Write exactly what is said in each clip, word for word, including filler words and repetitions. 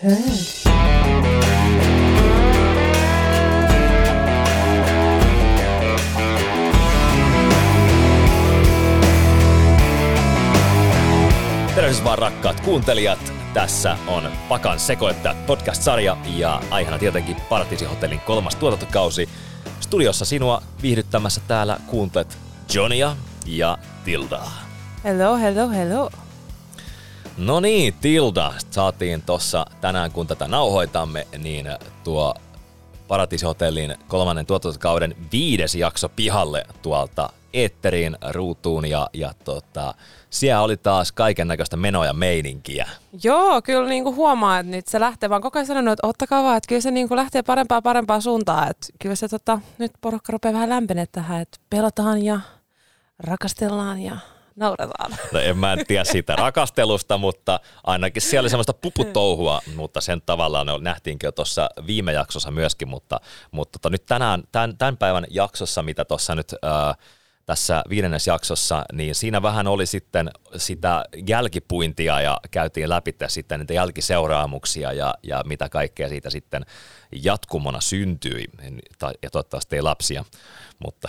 Tervehdys vaan rakkaat kuuntelijat. Tässä on Pakan sekoittajat podcast-sarja ja aiheena tietenkin Paratiisihotellin kolmas tuotantokausi. Studiossa sinua viihdyttämässä täällä kuuntelet Johnia ja Tildaa. Hello, hello, hello. No niin, Tilda. Saatiin tossa tänään, kun tätä nauhoitamme, niin tuo Paratiisihotellin kolmannen tuotantokauden viides jakso pihalle tuolta eetteriin, ruutuun ja, ja tota, siellä oli taas kaiken näköistä menoa ja meininkiä. Joo, kyllä niinku huomaa, että nyt se lähtee vaan koko ajan sanonut, että ottakaa vaan, että kyllä se niinku lähtee parempaa parempaa suuntaan. Että kyllä se tota, nyt porukka rupeaa vähän lämpenee tähän, että pelataan ja rakastellaan ja nauretaan. No en mä en tiedä siitä rakastelusta, mutta ainakin siellä oli semmoista puputouhua, mutta sen tavallaan nähtiinkin jo tuossa viime jaksossa myöskin, mutta, mutta tota, nyt tänään, tämän, tämän päivän jaksossa, mitä tuossa nyt ää, tässä viidennes jaksossa, niin siinä vähän oli sitten sitä jälkipuintia ja käytiin läpi sitten niitä jälkiseuraamuksia ja, ja mitä kaikkea siitä sitten jatkumona syntyi, ja toivottavasti ei lapsia, mutta...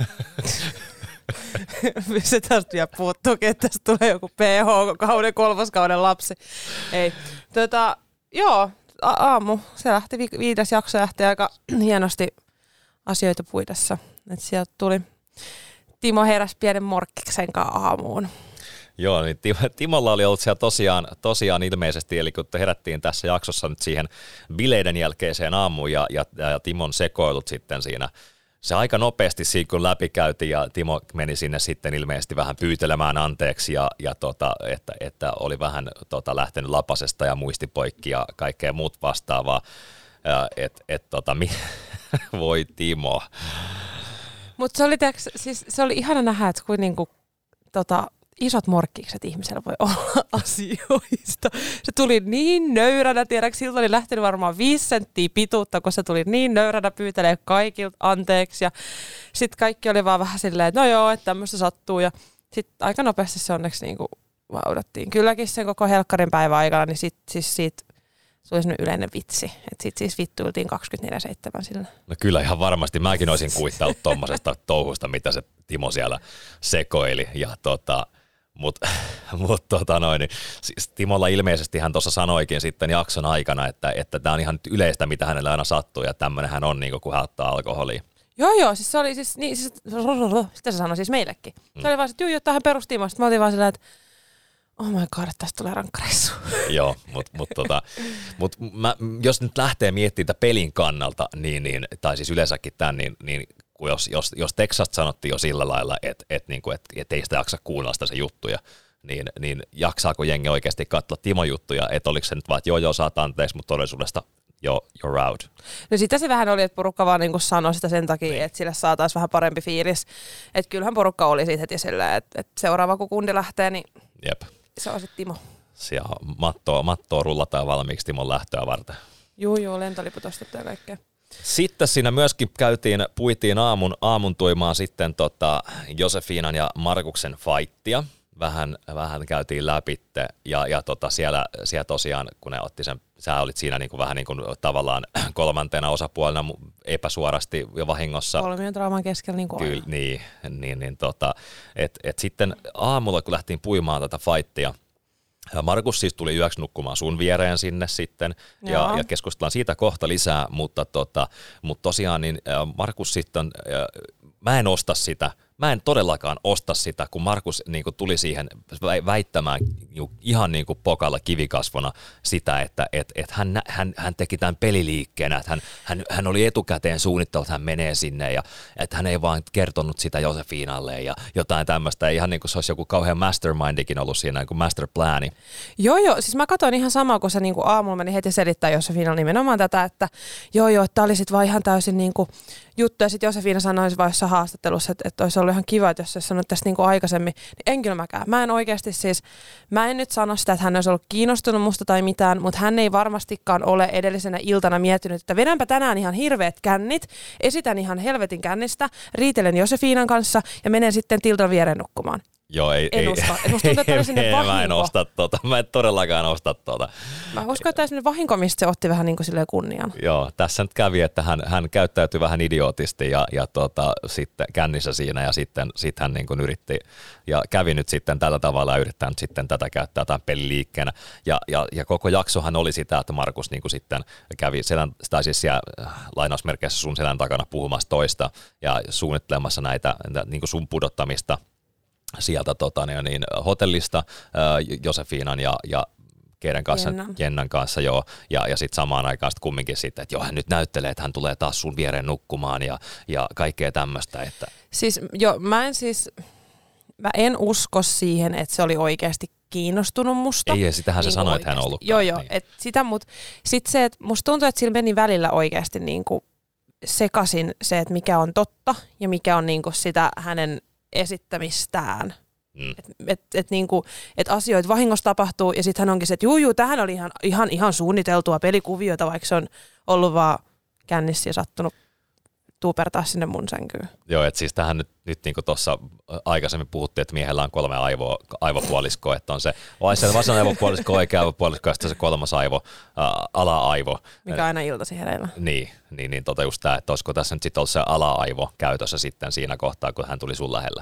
Se tästä vielä puuttuukin, että tästä tulee joku P H-kauden kolmoskauden lapsi. Ei. Tota, joo, a- aamu. Se lähti, vi- viides jakso lähti aika hienosti asioita puidessa. Et sieltä tuli, Timo heräsi pienen morkkiksen kanssa aamuun. Joo, niin Timolla oli ollut siellä tosiaan, tosiaan ilmeisesti, eli kun herättiin tässä jaksossa nyt siihen bileiden jälkeiseen aamuun ja, ja, ja Timon sekoilut sitten siinä. Se aika nopeasti siinä kun läpikäytiin ja Timo meni sinne sitten ilmeisesti vähän pyytelemään anteeksi ja, ja tota, että, että oli vähän tota, lähtenyt lapasesta ja muistipoikki ja kaikkea muut vastaavaa. Että et, tota, mi- voi Timo. Mutta se oli, siis, se oli ihana nähdä, että kuin niinku, tota, isot morkkikset ihmisellä voi olla asioista. Se tuli niin nöyränä, tiedätkö, siltä oli lähtenyt varmaan viisi senttiä pituutta, kun se tuli niin nöyränä pyytelee kaikilta anteeksi. Ja sitten kaikki oli vaan vähän silleen, että no joo, että tämmöistä sattuu. Ja sitten aika nopeasti se onneksi niinku vauhdettiin. Kylläkin sen koko helkkarin päivän aikana, niin sit, siis siitä tuli sellainen yleinen vitsi. Että sitten siis vittuiltiin kaksikymmentäneljä seitsemän sillä. No kyllä ihan varmasti. Mäkin olisin kuittaillut tuommoisesta touhusta, mitä se Timo siellä sekoili. Ja tota... Mutta mut, tota noin, niin, siis Timolla ilmeisesti hän tuossa sanoikin sitten jakson aikana, että että tämä on ihan yleistä, mitä hänelle aina sattuu, ja tämmöinen hän on, niin kun hän ottaa alkoholia. Joo, joo, siis se oli siis, niin, siis sitä se sanoi siis meillekin. Se mm. oli vaan se, että juu, juu, tähän perustimo. Sitten mä oltiin vaan silleen, että oh my god, tästä tulee rankka reissu. Joo, mutta mut, tota, mut jos nyt lähtee miettimään tätä pelin kannalta, niin, niin, tai siis yleensäkin tämän, niin, niin jos, jos, jos Texas sanottiin jo sillä lailla, että et, niinku, et, et ei sitä jaksa kuunnella sitä se juttuja, niin, niin jaksaako jengi oikeasti katsoa Timon juttuja, että oliko se nyt vaan, että joo joo saat anteeksi, mutta todellisuudesta joo, you're out. No sitä se vähän oli, että porukka vaan niin sanoi sitä sen takia, niin. Että sille saataisiin vähän parempi fiilis. Että kyllähän porukka oli siitä heti silleen, että, että seuraava kun kundi lähtee, niin Jep. Se on sitten Timo. Siellä mattoa, mattoa rullataan valmiiksi Timon lähtöä varten. Juu, juu, lentoliput ostettu ja kaikkea. Sitten siinä myöskin käytiin, puitiin aamun, aamun tuimaan sitten tota Josefiinan ja Markuksen fightia. Vähän, vähän käytiin läpitte ja, ja tota siellä, siellä tosiaan, kun ne otti sen, sä olit siinä niinku vähän niin kuin tavallaan kolmantena osapuolena epäsuorasti ja vahingossa. Kolmion draaman keskellä niin kuin Kyllä, niin, niin, niin tota, et, et sitten aamulla, kun lähtiin puimaan tätä fightia, Markus siis tuli yöksi nukkumaan sun viereen sinne sitten ja, ja keskustellaan siitä kohta lisää, mutta, tota, mutta tosiaan niin Markus sitten, mä en osta sitä, mä en todellakaan osta sitä, kun Markus niin kuin tuli siihen väittämään ihan niin kuin pokalla kivikasvona sitä, että et, et hän, hän, hän teki tämän peliliikkeenä, että hän, hän, hän oli etukäteen suunnitellut, että hän menee sinne ja että hän ei vaan kertonut sitä Josefiinalle ja jotain tämmöistä. Ihan niin kuin se olisi joku kauhean mastermindikin ollut siinä, niin kuin masterplani. Joo, joo. Siis mä katsoin ihan samaa, kun se niin kuin aamulla meni heti selittää Josefiinalle nimenomaan tätä, että joo, joo, että oli sitten vaan ihan täysin niin kuin juttu. Ja sitten Josefiina sanoi vaan jossain haastattelussa, että, että olisi ollut ihan kiva, että jos se sanoi tästä niin kuin aikaisemmin, niin en kyllä mäkään. Mä en oikeasti siis, mä en nyt sano sitä, että hän olisi ollut kiinnostunut musta tai mitään, mutta hän ei varmastikaan ole edellisenä iltana miettinyt, että vedänpä tänään ihan hirveät kännit, esitän ihan helvetin kännistä, riitelen Josefiinan kanssa ja menen sitten Tildan viereen nukkumaan. Joo, ei, en ei, usko. Et musta tuntuu, että oli sinne vahinko. Mä en osta tuota. Mä en todellakaan osta tuota. Mä uskon, että tämä sinne vahinko, mistä se otti vähän niin kuin silleen kunnian. Joo, tässä nyt kävi, että hän, hän käyttäytyi vähän idiootisti ja, ja tuota, sitten kännissä siinä ja sitten sit hän niin kuin yritti ja kävi nyt sitten tällä tavalla ja yrittää nyt sitten tätä käyttää tämän peliliikkeenä. Ja, ja, ja koko jaksohan oli sitä, että Markus niin kuin sitten kävi selän, tai siis siellä lainausmerkeissä sun selän takana puhumassa toista ja suunnittelemassa näitä niin kuin sun pudottamista sieltä tota, niin, hotellista äh, Josefiinan ja, ja keiden kanssa, Jennan, Jennan kanssa joo, ja, ja sitten samaan aikaan sit kumminkin sitten, että joo, hän nyt näyttelee, että hän tulee taas sun viereen nukkumaan ja, ja kaikkea tämmöistä. Että. Siis joo, mä en siis, mä en usko siihen, että se oli oikeasti kiinnostunut musta. Ei, sitähän niin se sanoi, että hän on ollut. Joo, joo, niin. et sitä, mutta sitten se, että musta tuntuu, että sillä meni välillä oikeasti niin kuin sekaisin se, että mikä on totta ja mikä on niin kuin sitä hänen esittämistään. Mm. Että et, et niinku, et asioita vahingossa tapahtuu ja sitten hän onkin se, että juu, juu, tämähän oli ihan, ihan, ihan suunniteltua pelikuviota, vaikka se on ollut vaan kännissä ja sattunut tuupertaa sinne mun sänkyyn. Joo, että siis tähän nyt, nyt niin kuin tuossa aikaisemmin puhuttiin, että miehellä on kolme aivoa, aivopuoliskoa, että on se vasen aivopuolisko, oikea aivopuolisko ja sitten se kolmas aivo, ää, ala-aivo. Mikä aina iltasi hereillä. Niin, niin, niin tota just tämä, että olisiko tässä nyt sitten ollut se ala-aivo käytössä sitten siinä kohtaa, kun hän tuli sun lähelle.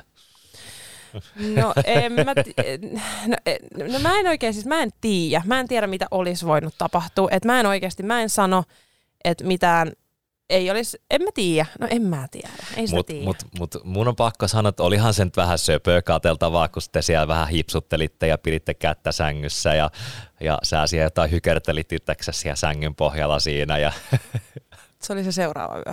No, en mä, t- no, no mä en oikein, siis mä en tiedä. Mä en tiedä, mitä olisi voinut tapahtua. Et mä en oikeasti, mä en sano, että mitään ei olisi, en mä tiedä. No en mä tiedä, ei sitä mut, tiedä. Mut, mut mun on pakko sanoa, että olihan se nyt vähän söpöä katseltavaa, kun te siellä vähän hipsuttelitte ja piditte kättä sängyssä ja, ja sä siellä jotain hykertelit itseksesi siellä sängyn pohjalla siinä. Ja se oli se seuraava yö.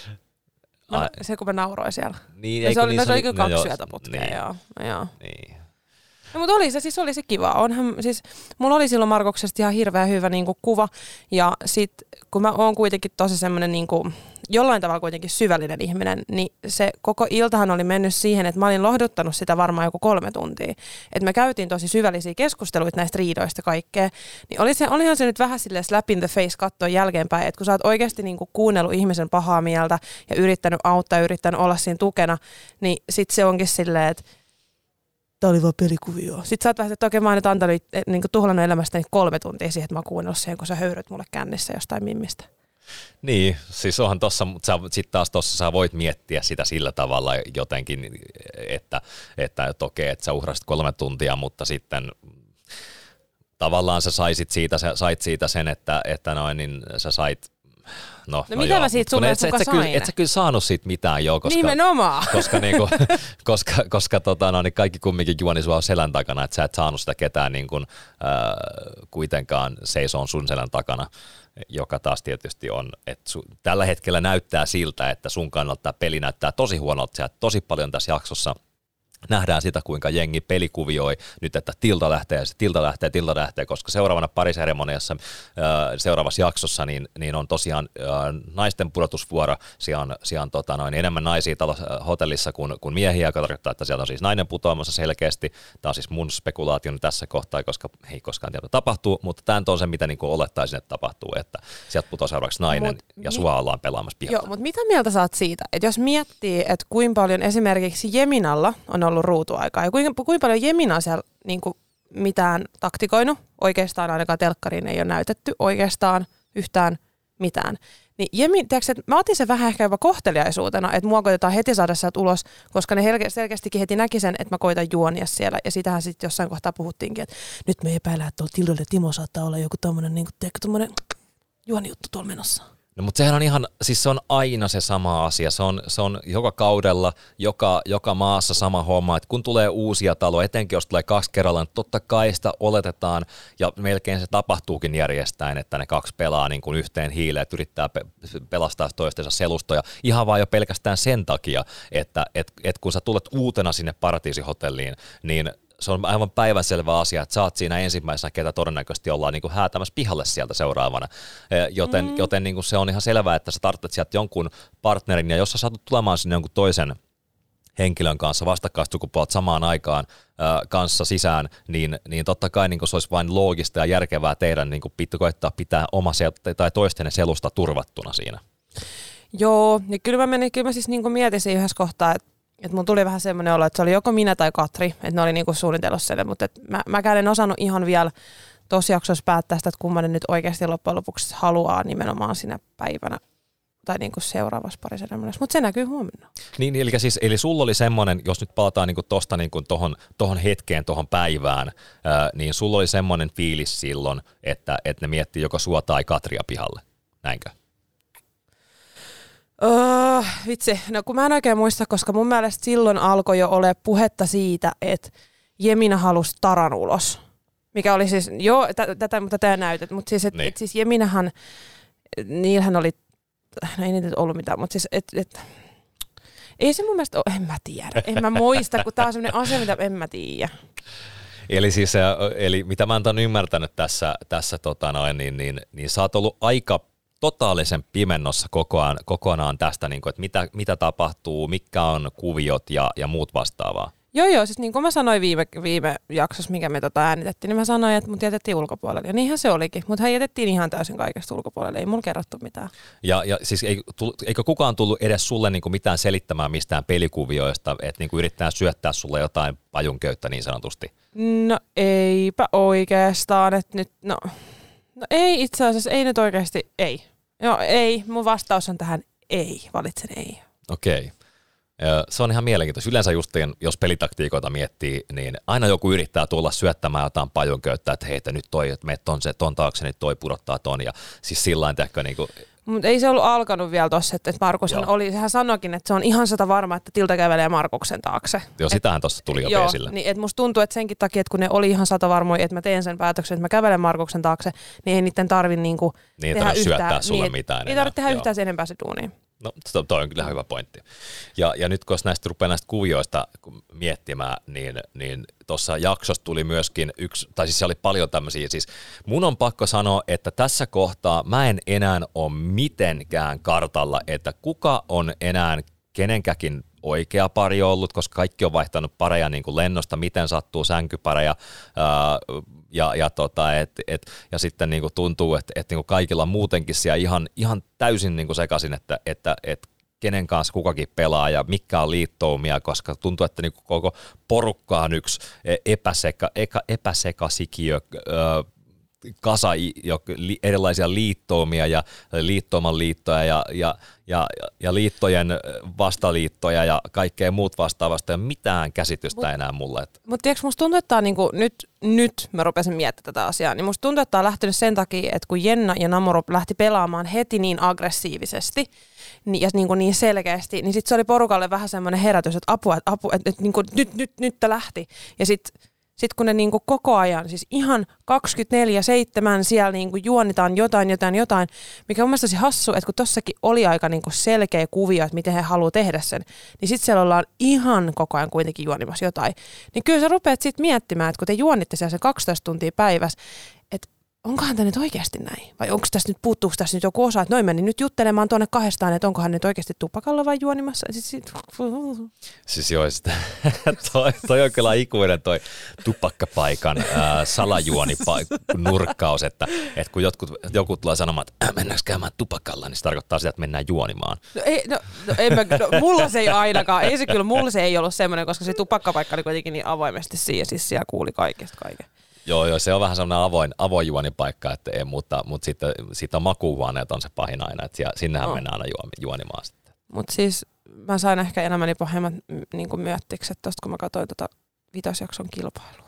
No, se kun mä nauroin siellä. Niin, no, se oli, niin, no, se oli kyllä no, kaksi yötä putkea, niin. joo. joo. Niin. No, mutta oli se, siis oli se kiva. Onhan, siis, mulla oli silloin Markuksesta ihan hirveän hyvä niin kuin, kuva. Ja sit kun mä oon kuitenkin tosi semmoinen niin kuin, jollain tavalla kuitenkin syvällinen ihminen, niin se koko iltahan oli mennyt siihen, että mä olin lohduttanut sitä varmaan joku kolme tuntia. Että me käytiin tosi syvällisiä keskusteluita näistä riidoista kaikkea. Niin oli se, olihan se nyt vähän silleen slap in the face katsoa jälkeenpäin, että kun sä oot oikeasti niin kuin kuunnellut ihmisen pahaa mieltä ja yrittänyt auttaa ja yrittänyt olla siinä tukena, niin sit se onkin silleen, että tämä oli vaan pelikuvio. Sitten sä oot vähän, että okei, mä oon nyt antanut, niin kuin tuhlannut elämästäni kolme tuntia siihen, että mä oon kuunnellut siihen, kun sä höyryt mulle kännissä jostain mimmistä. Niin, siis onhan tossa, mutta sitten taas tossa sä voit miettiä sitä sillä tavalla jotenkin, että, että, että okei, että sä uhrasit kolme tuntia, mutta sitten tavallaan sä saisit siitä, sä sait siitä sen, että, että noin, niin sä sait. No, no, no mitä joo, mä siitä sun mielestä muka sain? Et sä kyllä saanut siitä mitään joo, koska, nimenomaan. koska, niinku, koska, koska tota, no, niin kaikki kumminkin juoni sua selän takana, että sä et saanut sitä ketään niin kuin, äh, kuitenkaan seisoo sun selän takana, joka taas tietysti on, että su, tällä hetkellä näyttää siltä, että sun kannalta tämä peli näyttää tosi huonolta, sä tosi paljon tässä jaksossa nähdään sitä, kuinka jengi pelikuvioi nyt, että tilta lähtee, se tilta lähtee, tilta lähtee, koska seuraavana pariseremoniassa, seuraavassa jaksossa, niin, niin on tosiaan naisten pudotusvuoro. Siellä on, siellä on tota, noin, enemmän naisia talo, hotellissa kuin, kuin miehiä, joka tarkoittaa, että sieltä on siis nainen putoamassa selkeästi. Tämä on siis mun spekulaation tässä kohtaa, koska ei koskaan tiedä tapahtuu, mutta tämä on se, mitä niin kuin olettaisin, että tapahtuu, että sieltä putoaa seuraavaksi nainen mut, ja mi- sua ollaan pelaamassa pihalla. Joo, mutta mitä mieltä saat siitä, että jos miettii, että kuinka paljon esimerkiksi Jeminalla on ollut ruutuaikaa ja kuinka, kuinka paljon Jemina siellä niin kuin mitään taktikoinut, oikeastaan ainakaan telkkariin ei ole näytetty oikeastaan yhtään mitään. Niin Jemin, tiedätkö, että mä otin sen vähän ehkä jopa kohteliaisuutena, että mua koitetaan heti saada sieltä ulos, koska ne selkeästikin heti näki sen, että mä koitan juonia siellä. Ja sitähän sitten jossain kohtaa puhuttiinkin, että nyt me epäillään, että tuolla Tildolle Timo saattaa olla joku tommonen, niin kuin, tiedätkö, tommonen juonijuttu tuolla menossa. No mutta sehän on ihan, siis se on aina se sama asia, se on, se on joka kaudella, joka, joka maassa sama homma, että kun tulee uusia taloja, etenkin jos tulee kaksi kerrallaan, niin totta kai sitä oletetaan ja melkein se tapahtuukin järjestäen, että ne kaksi pelaa niin kuin yhteen hiileen, että yrittää pe- pelastaa toistensa selustoja ihan vaan jo pelkästään sen takia, että et, et kun sä tulet uutena sinne paratiisihotelliin, niin se on aivan päivänselvä asia, että sä oot siinä ensimmäisenä, ketä todennäköisesti ollaan niin kuin häätämässä pihalle sieltä seuraavana. Joten, mm. joten niin kuin se on ihan selvää, että sä tarvitset sieltä jonkun partnerin, ja jos sä saatut tulemaan sinne jonkun toisen henkilön kanssa vastakkaissukupuolta samaan aikaan äh, kanssa sisään, niin, niin totta kai niin kuin se olisi vain loogista ja järkevää teidän niin kuin pitää koittaa pitää oma sel- tai toisten selusta turvattuna siinä. Joo, niin kyllä mä, menin, kyllä mä siis niin kuin mietin yhdessä kohtaa, että Että mun tuli vähän semmoinen olo, että se oli joko minä tai Katri, että ne oli niinku suunnitellut sen, mutta et mä, mäkään en osannut ihan vielä tosi jaksossa päättää sitä, että kummanen nyt oikeasti loppujen lopuksi haluaa nimenomaan sinä päivänä tai niinku seuraavassa pariseremoniassa, mutta se näkyy huomenna. Niin, eli, siis, eli sulla oli semmoinen, jos nyt palataan niinku tuosta niinku tohon, tohon hetkeen, tohon päivään, ää, niin sulla oli semmoinen fiilis silloin, että, että ne miettii joko sua tai Katria pihalle, näinkö? Öö, vitsi, no kun mä en oikein muista, koska mun mielestä silloin alkoi jo ole puhetta siitä, että Jemina halusi Taran ulos. Mikä oli siis, joo, t- tätä, mutta tämä näytet, mutta siis, että niin. et siis Jeminahan, niillähän oli, no ei niitä ollut mitään, mutta siis, että et, ei se mun mielestä ole, en mä tiedä, en mä muista, kun tää on sellainen asia, mitä en mä tiedä. Eli siis, eli mitä mä oon ymmärtänyt tässä, tässä tota noin, niin, niin, niin sä oot ollut aika totaalisen pimennossa kokonaan, kokonaan tästä, niin kuin, että mitä, mitä tapahtuu, mitkä on kuviot ja, ja muut vastaavaa. Joo, joo, siis niin kuin mä sanoin viime, viime jaksossa, mikä me tota äänitettiin, niin mä sanoin, että mut jätettiin ulkopuolelle. Ja niinhän se olikin, mutta hän jätettiin ihan täysin kaikesta ulkopuolelle, ei mulla kerrottu mitään. Ja, ja siis ei, eikö kukaan tullut edes sulle niin kuin mitään selittämään mistään pelikuvioista, että niin kuin yrittää syöttää sulle jotain pajunköyttä niin sanotusti? No eipä oikeastaan, että nyt, no, no ei itse asiassa, ei nyt oikeasti, ei. No ei, mun vastaus on tähän ei, valitsen ei. Okei. Okay. Se on ihan mielenkiintoista. Yleensä just jos pelitaktiikoita miettii, niin aina joku yrittää tulla syöttämään jotain pajunköyttä, että hei, että nyt toi, että meet ton, se, ton taakse, niin toi pudottaa ton. Ja siis sillain tehkö niinku... Mutta ei se ollut alkanut vielä tossa, että Markushan oli, sehän sanoikin, että se on ihan sata varma, että Tilta kävelee Markuksen taakse. Joo, sitähän tuossa tuli jo joo, esille. Niin, että musta tuntuu, että senkin takia, että kun ne oli ihan sata varmoja, että mä teen sen päätöksen, että mä kävelen Markuksen taakse, niin ei niiden tarvi niinku niin, tehdä yhtään. syöttää sulle niin, mitään. Ei tarvitse tehdä joo. yhtään sen enempää se duunia. No, toi on kyllä hyvä pointti. Ja, ja nyt kun näistä rupeaa näistä kuvioista miettimään, niin, niin tuossa jaksossa tuli myöskin yksi, tai siis se oli paljon tämmöisiä, siis mun on pakko sanoa, että tässä kohtaa mä en enää ole mitenkään kartalla, että kuka on enää kenenkäkin oikea pari ollut, koska kaikki on vaihtanut pareja niin kuin lennosta, miten sattuu sänkypareja, ää, ja, ja, tota, et, et, ja sitten niin kuin tuntuu, että et, niin kuin kaikilla on muutenkin siellä ihan, ihan täysin niin kuin sekaisin, että, että et, kenen kanssa kukakin pelaa ja mikä on liittoumia, koska tuntuu, että niin kuin koko porukka on yksi epäseka, eka, epäsekasikiö, ää, kasa erilaisia liittoumia ja liittouman liittoja ja, ja, ja, ja liittojen vastaliittoja ja kaikkea muut vastaavasta ja mitään käsitystä mut, enää mulle. Mutta tiedätkö, musta tuntuu, että niinku, nyt, nyt mä rupesin miettimään tätä asiaa, niin musta tuntuu, että tämä on lähtenyt sen takia, että kun Jenna ja Namoro lähti pelaamaan heti niin aggressiivisesti niin, ja niin, niin selkeästi, niin sitten se oli porukalle vähän semmoinen herätys, että apua, että, apu, että, että niin kuin, nyt, nyt, nyt tämä lähti. Ja sitten Sitten kun ne niinku koko ajan, siis ihan kaksikymmentäneljä seitsemän siellä niinku juonitaan jotain, jotain, jotain, mikä on mielestäni hassu, että kun tossakin oli aika niinku selkeä kuvio, että miten he haluaa tehdä sen, niin sitten siellä ollaan ihan koko ajan kuitenkin juonimassa jotain. Niin kyllä sä rupeat sitten miettimään, että kun te juonitte siellä sen kaksitoista tuntia päivässä, että onkohan tämä nyt oikeasti näin? Vai onko tässä nyt, puuttuuko tässä nyt joku osa, että noin meni nyt juttelemaan tuonne kahdestaan, että onkohan nyt oikeasti tupakalla vai juonimassa? Siis, siis joo, toi, toi on kyllä ikuinen toi tupakkapaikan ää, salajuonipaikan-nurkkaus, että, että kun jotkut, joku tulee sanomaan, että äh, mennäänkö käymään tupakalla, niin se tarkoittaa sitä, että mennään juonimaan. No, ei, no, no, en mä, no mulla se ei ainakaan, ei se kyllä, mulla se ei ollut semmoinen, koska se tupakkapaikka oli kuitenkin niin avoimesti siinä, siis siellä kuuli kaikesta kaiken. Joo, joo, se on vähän semmoinen avoin, avoin juonipaikka, että ei, mutta, mutta sitten siitä makuuhuoneet on se pahin aina, että sinnehän no. mennään aina juonimaan sitten. Mutta siis mä sain ehkä elämäni pahimmat niin myöttikset tosta, kun mä katsoin tota vitosjakson kilpailua.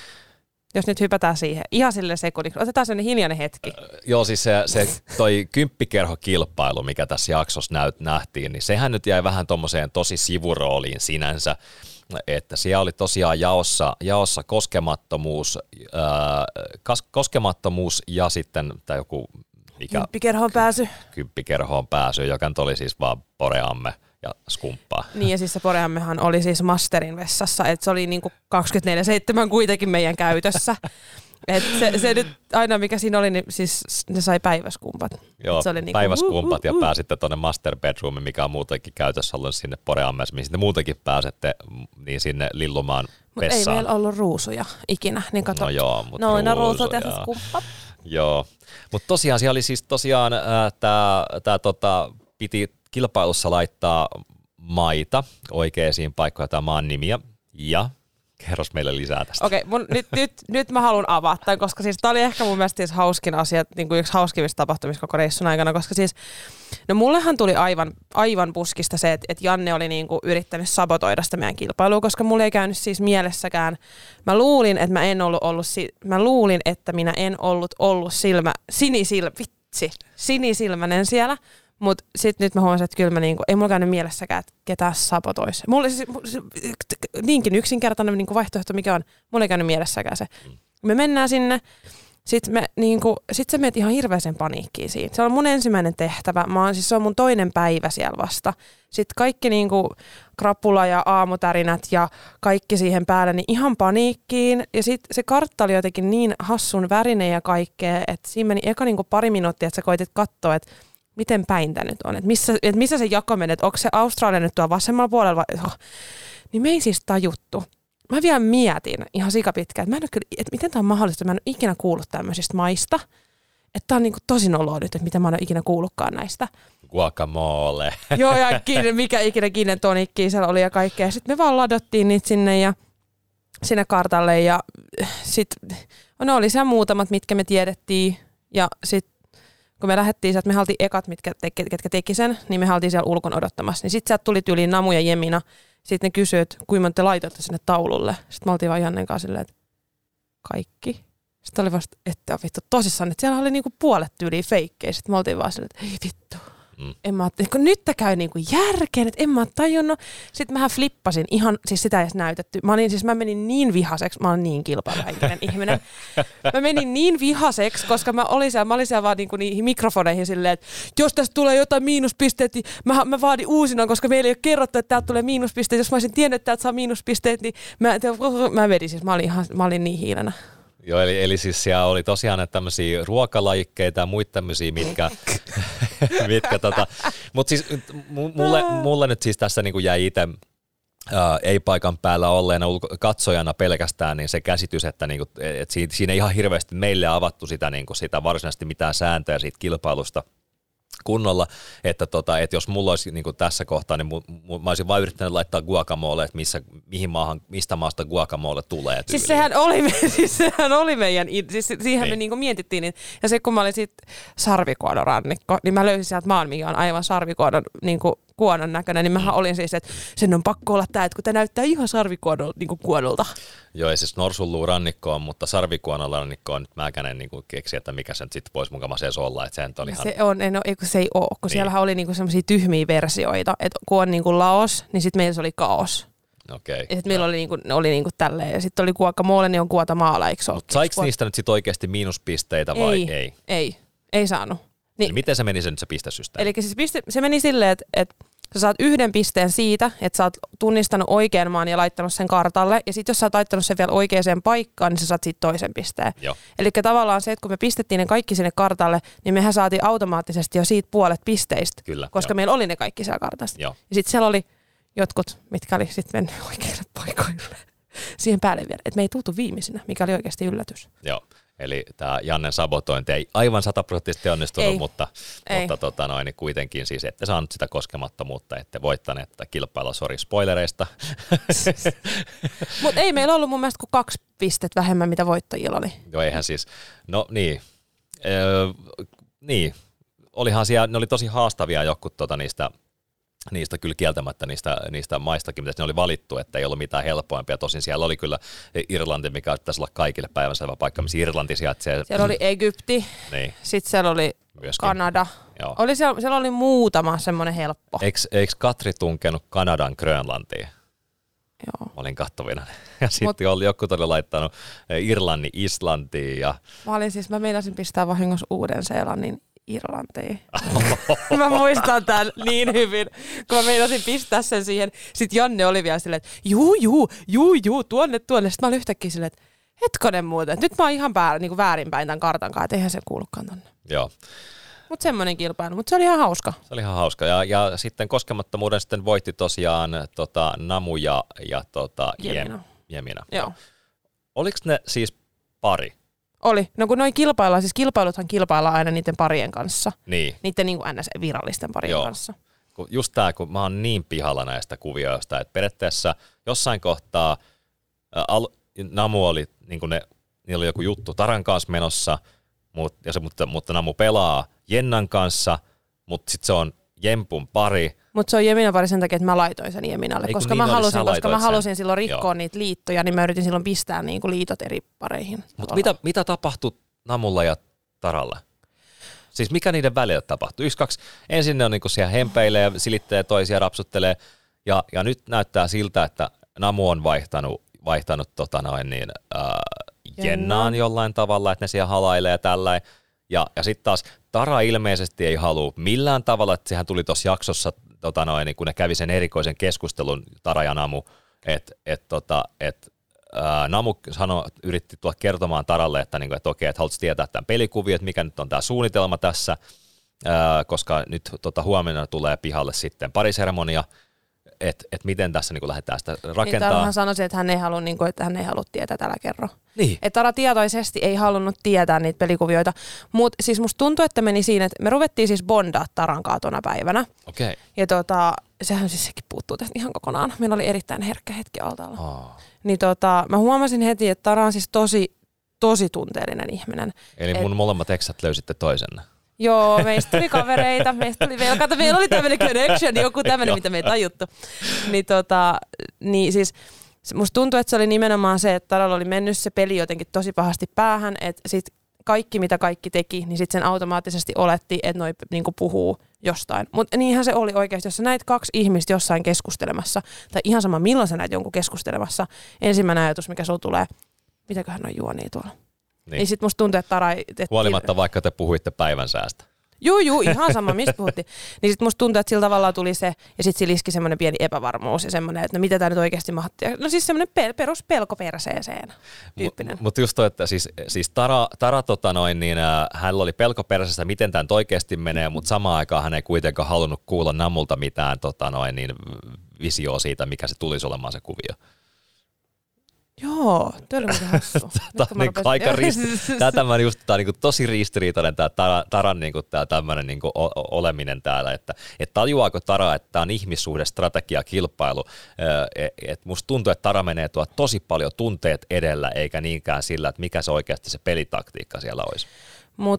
Jos nyt hypätään siihen, ihan sille sekunniksi, otetaan sellainen hiljainen hetki. Öö, joo, siis se, se toi kymppikerhokilpailu, mikä tässä jaksossa näyt, nähtiin, niin sehän nyt jäi vähän tommoseen tosi sivurooliin sinänsä, että siellä oli tosiaan jaossa, jaossa koskemattomuus, ää, kas, koskemattomuus ja sitten tai joku... Mikä, kymppikerhoon pääsy. Kymppikerhoon pääsy, joka oli siis vaan Poreamme ja Skumppaa. Niin ja siis se Poreammehan oli siis Masterin vessassa, että se oli niinku kaksikymmentäneljä seitsemän kuitenkin meidän käytössä. Et se, se nyt aina mikä siinä oli, niin siis ne sai päiväskumpat. Joo, se oli niinku, päiväskumpat uh, uh, uh. ja pääsitte tuonne master bedroomiin, mikä on muutenkin käytössä ollut sinne Poreammessa, mihin te muutenkin pääsette niin sinne lillumaan mut vessaan. Mutta ei meillä ollut ruusuja ikinä, niin kato. No joo, mutta noina ruusut ja se skumppat. Joo, mutta tosiaan siellä oli siis tosiaan äh, tämä tota, piti kilpailussa laittaa maita oikeisiin paikkoihin tai maan nimiä ja kerros meille lisää tästä. Okei, okay, nyt, nyt, nyt mä haluan avata, koska siis tää oli ehkä mun mielestä siis hauskin asia, niin kuin yksi hauskimmista tapahtumista koko reissun aikana, koska siis, no mullehan tuli aivan, aivan puskista se, että, että Janne oli niin kuin yrittänyt sabotoida sitä meidän kilpailua, koska mulle ei käynyt siis mielessäkään, mä luulin, että mä en ollut ollut, mä luulin, että minä en ollut ollut silmä, sinisilmä, vitsi, sinisilmäinen siellä. Mutta sitten nyt mä huomasin, että kyllä mä niinku, ei mulla käynyt mielessäkään, että ketään sabotoisi. Mulla siis, niinkin yksinkertainen niinku vaihtoehto, mikä on, mulla ei käynyt mielessäkään se. Me mennään sinne, sitten me niinku, sit sä menet ihan hirveäsen paniikkiin siitä. Se on mun ensimmäinen tehtävä, mä oon, siis se on mun toinen päivä siellä vasta. Sitten kaikki niinku krapula ja aamutärinät ja kaikki siihen päälle, niin ihan paniikkiin. Ja sitten se kartta oli jotenkin niin hassun värinen ja kaikkea, että siinä meni eka niinku pari minuuttia, että sä koitit katsoa, että miten päin tämä nyt on, että missä, että missä se jako menee, että onko se Australia nyt tuolla vasemmalla puolella vai, oh. Niin me ei siis tajuttu. Mä vielä mietin ihan sikapitkään, että, mä en ole kyllä, että miten tämä on mahdollista, että mä en ole ikinä kuullut tämmöisistä maista, että tämä on niin kuin tosi noloa nyt, että miten mä en ole ikinä kuullutkaan näistä. Guacamole. Joo, ja mikä ikinä gin tonikki siellä oli ja kaikkea. Sitten me vaan ladottiin niitä sinne ja sinne kartalle ja sitten no oli siellä muutamat, mitkä me tiedettiin ja sitten kun me lähdettiin sieltä, me haltiin ekat, mitkä te, ketkä teki sen, niin me haltiin siellä ulkon odottamassa. Niin sitten sieltä tuli tyyliin Namu ja Jemina. Sitten ne kysyi, että kuinka te laitoitte sinne taululle. Sitten me oltiin vaan Jannen kanssa silleen, että kaikki. Sitten oli vasta, että vittu tosissaan, että siellä oli niinku puolet tyyliin feikkejä. Sitten me oltiin vaan silleen, että ei vittu. Mm. En mä oot, kun nyt tää käy niinku järkeen, että en mä oot tajunnut. Sitten mähän flippasin ihan, siis sitä ei edes näytetty. Mä, olin, siis mä menin niin vihaseksi, mä olen niin kilpailuhenkinen ihminen. Mä menin niin vihaseksi, koska mä olin siellä, mä olin siellä vaan niinku niihin mikrofoneihin silleen, että jos tästä tulee jotain miinuspisteet, niin mä, mä vaadin uusinaan, koska meillä ei ole kerrottu, että täältä tulee miinuspisteet. Jos mä olisin tiennyt, että täältä saa miinuspisteet, niin mä, mä vedin siis, mä olin, ihan, mä olin niin hiilenä. Joo, eli, eli siis siellä oli tosiaan näitä tämmöisiä ruokalajikkeita ja muita tämmöisiä, mitkä, mitkä tota, mutta siis mulle, mulle nyt siis tässä niin kuin jäi itse ää, ei paikan päällä olleena katsojana pelkästään, niin se käsitys, että niinku, et siinä, siinä ei ihan hirveästi meille avattu sitä, niinku, sitä varsinaisesti mitään sääntöjä siitä kilpailusta kunnolla, että tota, et jos mulla olisi niin tässä kohtaa, niin mu, mu, mä olisin vain yrittänyt laittaa guacamole, että missä, mihin maahan, mistä maasta guacamole tulee tyyliin. Siis sehän oli, siis sehän oli meidän, siis siihen niin. me niinku mietittiin, niin, ja se kun mä olin sitten sarvikuonorannikko, niin mä löysin sieltä maan, mikä on aivan sarvikuonon niinku, kuonon näköinen, niin mähän olin siis, että sen on pakko olla tämä, että kun tämä näyttää ihan sarvikuonolta. Niin kuonolta. Joo, ja siis norsunluurannikko on, mutta sarvikuonorannikko on nyt mäkänen niin keksi, että mikä se nyt sitten voisi mukama se olla, että se on ihan... Se on, no, ei kun se ei ole, kun niin. Siellähän oli niinku semmoisia tyhmiä versioita, että kun on niinku Laos, niin sitten meillä se oli kaos. Okei. Ja sitten meillä oli niinku, oli niinku tälleen, ja sitten oli guacamole, niin on Guatemala, eikö se ole? Saiko Guat... niistä nyt sitten oikeasti miinuspisteitä vai ei? Ei, ei, ei saanut. Niin. Eli miten se meni se nyt se pistesysteemi? Eli siis piste, se meni silleen, että, että sä saat yhden pisteen siitä, että sä oot tunnistanut oikean maan ja laittanut sen kartalle. Ja sitten jos sä oot laittanut sen vielä oikeaan paikkaan, niin sä saat siitä toisen pisteen. Eli tavallaan se, että kun me pistettiin ne kaikki sinne kartalle, niin mehän saatiin automaattisesti jo siitä puolet pisteistä. Kyllä, koska jo. Meillä oli ne kaikki siellä kartassa. Joo. Ja sitten siellä oli jotkut, mitkä oli sitten mennyt oikeille paikoille siihen päälle vielä. Että me ei tultu viimeisenä, mikä oli oikeasti yllätys. Joo. Eli tämä Jannen sabotointi ei aivan sataprosenttisesti onnistunut, ei. mutta, ei. mutta tota noin, niin kuitenkin siis ette saanut sitä koskemattomuutta, ette voittaneet tätä kilpailua, sori spoilereista. Mutta ei meillä ollut mun mielestä kuin kaksi pistettä vähemmän, mitä voittajilla oli. Joo, eihän siis, no niin, öö, niin, olihan siellä, ne oli tosi haastavia jokut tota niistä, niistä kyllä kieltämättä niistä, niistä maistakin, mitä ne oli valittu, että ei ollut mitään helpoimpia. Tosin siellä oli kyllä Irlanti, mikä pitäisi olla kaikille päivänselvä paikka, missä Irlanti sijaitsee. Siellä oli Egypti, niin. Sitten siellä oli myöskin Kanada. Oli siellä, siellä oli muutama semmoinen helppo. Eikö, eikö Katri tunkenut Kanadan Grönlantiin? Joo. Mä olin kattavina. Ja sitten oli joku todella laittanut Irlannin Islantiin. Ja... Mä olin siis, mä meinasin pistää vahingossa Uuden-Seelannin Irlantiin. Mä muistan tämän niin hyvin, kun mä meinasin pistää sen siihen. Sitten Janne oli vielä silleen, että juu, juu, juu, juu, tuonne, tuonne. Sitten mä olin yhtäkkiä silleen, että hetkonen muuten. Nyt mä oon ihan pää, niin kuin väärinpäin tämän kartan kanssa, että eihän se kuulukaan tonne. Joo. Mutta semmoinen kilpailu, mutta se oli ihan hauska. Se oli ihan hauska. Ja, ja sitten koskemattomuuden sitten voitti tosiaan tota, Namu ja, ja tota, Jemina. Jemina. Joo. Oliko ne siis pari? Oli. No kun noin kilpaillaan, siis kilpailuthan kilpaillaan aina niiden parien kanssa. Niin. Niiden niin kuin ns. Virallisten parien Joo. kanssa. kun just tää, kun mä oon niin pihalla näistä kuvioista, että periaatteessa jossain kohtaa ää, al, Namu oli, niin kuin ne, niillä oli joku juttu Taran kanssa menossa, mut, ja se, mutta, mutta Namu pelaa Jennan kanssa, mutta sitten se on Jempun pari. Mutta se on Jeminan pari sen takia, että mä laitoin sen Jeminalle, Ei, koska, niin mä halusin, koska mä halusin sen. silloin rikkoa Joo. niitä liittoja, niin mä yritin silloin pistää niinku liitot eri pareihin. Mutta mitä, mitä tapahtui Namulla ja Taralla? Siis mikä niiden välillä tapahtui? Yksi, kaksi. Ensin ne on niinku siellä hempeilee ja silittelee toisia, rapsuttelee. Ja, ja nyt näyttää siltä, että Namu on vaihtanut, vaihtanut tota noin niin, äh, Jennaan jollain tavalla, että ne siellä halailee ja tällä. Ja, ja sitten taas Tara ilmeisesti ei halua millään tavalla, että sehän tuli tuossa jaksossa, tota noin, kun ne kävi sen erikoisen keskustelun, Tara ja Namu, että et, tota, et, ää, Namu sano, yritti tulla kertomaan Taralle, että, niinku, että okei, että haluatko tietää tämän pelikuvio, että mikä nyt on tämä suunnitelma tässä, ää, koska nyt tota, huomenna tulee pihalle sitten pariseremonia, että et miten tässä niinku lähdetään sitä rakentaa. Niin Tarahan sanoi, että hän ei halua, niinku, että hän ei halua tietää tällä kerro. Niin. Että Tara tietoisesti ei halunnut tietää niitä pelikuvioita, mutta siis musta tuntuu, että meni siinä, että me ruvettiin siis bondaa Taran kanssa tuona päivänä. Okei. Okay. Ja tota, sehän siis sekin puuttuu tästä ihan kokonaan. Meillä oli erittäin herkkä hetki altaalla. Oh. Niin tota, mä huomasin heti, että Tara on siis tosi, tosi tunteellinen ihminen. Eli Et... mun molemmat eksät löysitte toisenne. Joo, meistä tuli kavereita, meistä tuli vielä, kato, meillä oli tämmöinen connection, joku tämmöinen, mitä me ei tajuttu. Niin, tota, niin siis musta tuntuu, että se oli nimenomaan se, että Taralla oli mennyt se peli jotenkin tosi pahasti päähän, että sit kaikki mitä kaikki teki, niin sitten sen automaattisesti oletti, että noi niinku puhuu jostain. Mutta niinhän se oli oikeasti, jos sä näit kaksi ihmistä jossain keskustelemassa, tai ihan sama milloin sä näit jonkun keskustelemassa, ensimmäinen ajatus, mikä sulla tulee, mitäköhän on juonia tuolla. Niin, niin sitten musta tuntuu, että Tara... Et, huolimatta vaikka te puhuitte päivänsäästä. Juu, juu, ihan sama, mistä puhuttiin. Niin sitten musta tuntuu, että sillä tavalla tuli se, ja sitten sillä iski semmoinen pieni epävarmuus ja semmoinen, että no mitä tämä nyt oikeasti mahtii. No siis semmoinen pel- perus pelko perseeseen tyyppinen. Mutta just toi, että siis, siis Tara, Tara tota noin, niin äh, hänellä oli pelko perseestä, miten tämä oikeasti menee, mutta samaan aikaan hän ei kuitenkaan halunnut kuulla Namulta mitään tota noin, niin visioa siitä, mikä se tulisi olemaan se kuvio. Joo, toi oli muuten hassu. Tämä on niin aika risti- tätä mä just, tää on niin tosi ristiriitainen tämä Taran, taran niin tämä tämmöinen niin oleminen täällä, että et tajuaako Tara, että tämä on ihmissuhdestrategiakilpailu, että musta tuntuu, että Tara menee tuo tosi paljon tunteet edellä, eikä niinkään sillä, että mikä se oikeasti se pelitaktiikka siellä olisi. Mut...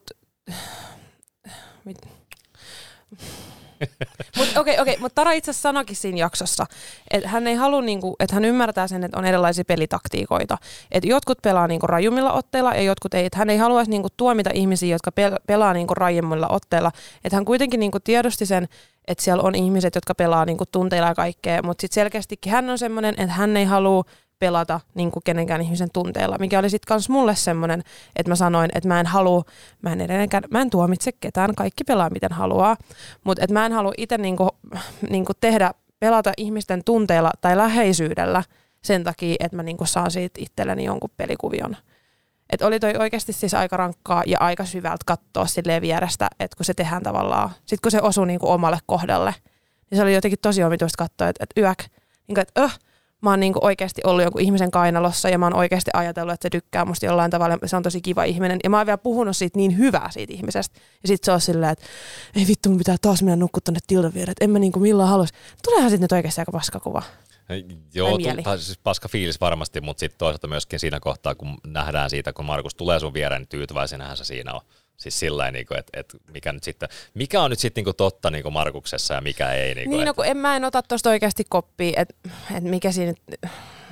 Mutta okei, okei, mutta Tara itse asiassa sanoikin siinä jaksossa, että hän ei halua, niinku, että hän ymmärtää sen, että on erilaisia pelitaktiikoita. Että jotkut pelaa niinku rajummilla otteilla ja jotkut ei. Että hän ei haluaisi niinku tuomita ihmisiä, jotka pel- pelaa niinku rajummilla otteilla. Että hän kuitenkin niinku tiedosti sen, että siellä on ihmiset, jotka pelaa niinku tunteilla ja kaikkea. Mutta sitten selkeästikin hän on semmoinen, että hän ei halua pelata niin kuin kenenkään ihmisen tunteella, mikä oli sitten kans mulle semmoinen, että mä sanoin, että mä en halua, mä en edelleenkään, mä en tuomitse ketään, kaikki pelaa miten haluaa, mutta että mä en halua itse niinku, niinku tehdä, pelata ihmisten tunteella tai läheisyydellä sen takia, että mä niinku saan siitä itselleni jonkun pelikuvion. Että oli toi oikeasti siis aika rankkaa ja aika syvältä katsoa silleen vierestä, että kun se tehdään tavallaan, sit kun se osuu niinku omalle kohdalle, niin se oli jotenkin tosi omituista katsoa, että, että yök, niin kuin, että öh, mä oon niinku oikeasti ollut jonkun ihmisen kainalossa ja mä oon oikeasti ajatellut, että se tykkää musta jollain tavalla, se on tosi kiva ihminen. Ja mä oon vielä puhunut siitä niin hyvää siitä ihmisestä. Ja sit se on silleen, että ei vittu, mun pitää taas mennä nukkua tonne tiltan viereen, että en mä niinku millään haluaisi. Tuleehan sit nyt oikeasti aika paskakuva. Joo, tu- siis paska fiilis varmasti, mutta sitten toisaalta myöskin siinä kohtaa, kun nähdään siitä, kun Markus tulee sun viereen, niin tyytyväisenähän se siinä on. Siis sillä tavalla, että et mikä, nyt sitten, mikä on nyt sitten niinku totta niinku Markuksessa ja mikä ei. Niinku, niin, no kun en, mä en ota tosta oikeasti koppia, että et mikä siinä nyt...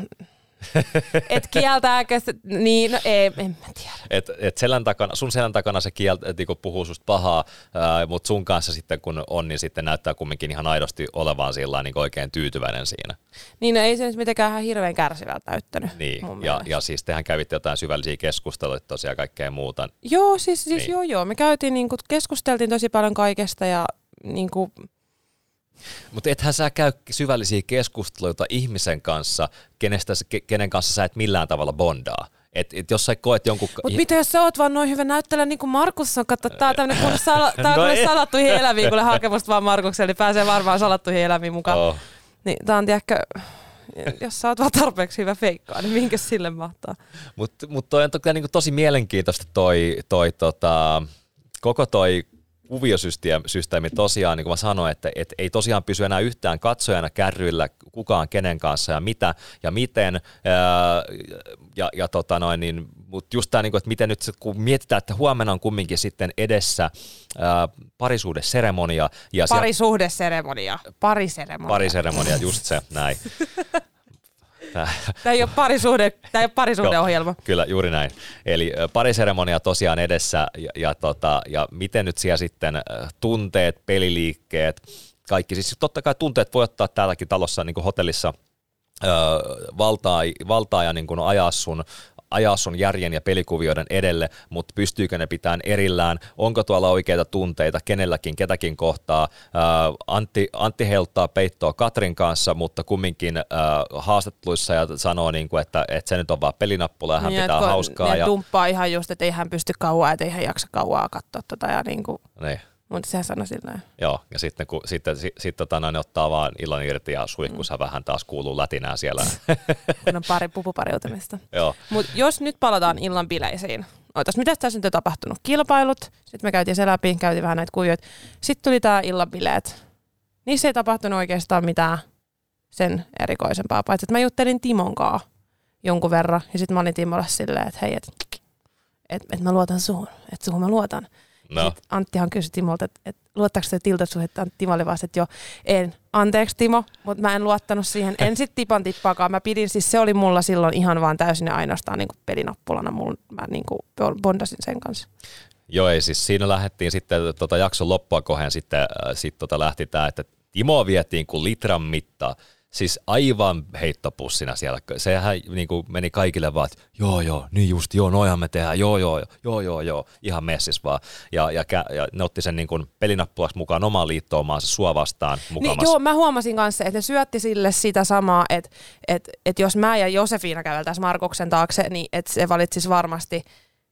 Et kieltääkö se, niin no ei, en mä tiedä. Et, et selän takana, sun selän takana se kieltä, et, niinku puhuu susta pahaa, mutta sun kanssa sitten kun on, niin sitten näyttää kumminkin ihan aidosti olevaan sillä niin oikein tyytyväinen siinä. Niin no ei se nyt mitenkään ihan hirveän kärsivältä näyttänyt. Niin, ja, ja siis tehän kävitte jotain syvällisiä keskusteluja tosiaan kaikkea muuta. Joo, siis, siis niin. joo joo, me käytiin niinku, keskusteltiin tosi paljon kaikesta ja niinku... Mutta ethän sä käy syvällisiä keskusteluita ihmisen kanssa, kenestä, kenen kanssa sä et millään tavalla bondaa. Et, et jos sä koet jonkun... Mutta mitä jos sä oot vaan noin hyvä näyttelijä, niin kuin Markus on, katso, tää on tämmönen kun sala, tää on no salattuihin elämiin, kun hakemusta vaan Markukselle, niin pääsee varmaan salattuihin elämiin mukaan. Oh. Niin tää on tiedäkö, jos sä oot vaan tarpeeksi hyvä feikkaa, niin minkä sille mahtaa. Mutta mut toi on to, niinku tosi mielenkiintoista toi, toi tota, koko toi kuviosysteemi tosiaan, niin kuin mä sanoin, että et ei tosiaan pysy enää yhtään katsojana kärryillä kukaan kenen kanssa ja mitä ja miten. Ää, ja, ja tota noin, niin, mutta just tämä, niin kuin, että miten nyt kun mietitään, että huomenna on kumminkin sitten edessä ää, parisuhdeseremonia. Ja parisuhdeseremonia. Pariseremonia. Pariseremonia, just se, näin. Tämä ei ole parisuhde, tämä ei ole parisuhdeohjelma. Kyllä, juuri näin. Eli pariseremonia tosiaan edessä ja, ja, tota, ja miten nyt siellä sitten tunteet, peliliikkeet, kaikki. Siis totta kai tunteet voi ottaa täälläkin talossa niin kuin hotellissa ö, valtaa, valtaa ja niin kuin ajaa sun ajaa sun järjen ja pelikuvioiden edelle, mutta pystyykö ne pitämään erillään, onko tuolla oikeita tunteita, kenelläkin, ketäkin kohtaa. Ää, Antti, Antti heiluttaa peittoa Katrin kanssa, mutta kumminkin ää, haastatteluissa ja sanoo, niin kuin, että, että se nyt on vaan pelinappula ja hän niin, pitää kun hauskaa. Ne ja dumppaa ihan just, että ei hän pysty kauaa, että ei hän jaksa kauaa katsoa tota ja niin kuin, niin. Mutta sehän sanoi sillä. Joo, ja sitten kun sitten, sit, sit, tota, ne ottaa vaan illan irti ja suihkussa mm. vähän taas kuuluu lätinää siellä. Kun on pari pupupariutumista. Joo. Mutta jos nyt palataan illan bileisiin. Oitas, mitä tässä nyt on tapahtunut? Kilpailut, sitten me käytiin se läpi, käytiin vähän näitä kuvioita. Sitten tuli tää illan bileet. Niissä ei tapahtunut oikeastaan mitään sen erikoisempaa, paitsi että mä juttelin Timon kanssa jonkun verran. Ja sitten mä olin Timolle silleen, että hei, että et, et mä luotan suhun, että suhun mä luotan. No. Sitten Anttihan kysyi Timolta, että, että luottaako se tilta suhun, että Timo oli vasta, että jo en. Anteeksi Timo, mutta mä en luottanut siihen. En sit tipan tippaakaan. Mä pidin, siis se oli mulla silloin ihan vaan täysin ja ainoastaan niin kuin pelinappulana. Mulla, mä niin kuin bondasin sen kanssa. Joo, ei siis siinä lähdettiin sitten tota jakson loppua kohden sitten äh, sit tota lähti tää, että Timoa vietiin kuin litran mittaa. Siis aivan heittopussina siellä. Sehän niin kuin meni kaikille vaan, että joo joo, niin just, joo, noihan me tehdään, joo joo, joo joo joo, ihan messis vaan. Ja, ja, ja ne otti sen niin kuin pelinappulaksi mukaan omaan liittoomaansa sua vastaan mukamassa. Niin, joo, mä huomasin kanssa, että ne syötti sille sitä samaa, että, että, että jos mä ja Josefiina käveltäisiin Markuksen taakse, niin että se valitsisi varmasti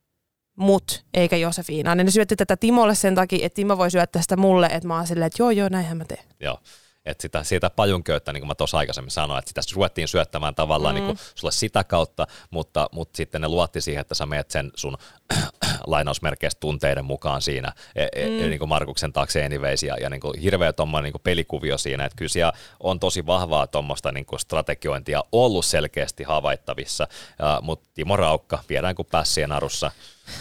mut, eikä Josefiina. Ne syötti tätä Timolle sen takia, että Timo voi syöttää sitä mulle, että mä oon silleen, että joo joo, näinhän mä teen. Joo. Että sitä, siitä pajunköyttä, niin kuin mä tuossa aikaisemmin sanoin, että sitä ruvettiin syöttämään tavallaan mm. niin kuin sulle sitä kautta, mutta, mutta sitten ne luotti siihen, että sä menet sen sun lainausmerkeistä tunteiden mukaan siinä e, mm. niin kuin Markuksen taakse anyways, ja, ja niin kuin hirveä tommoinen niin kuin pelikuvio siinä, että kyllä siellä on tosi vahvaa tuommoista niin kuin strategiointia ollut selkeästi havaittavissa, ja, mutta Timo Raukka viedään kuin pässiä narussa.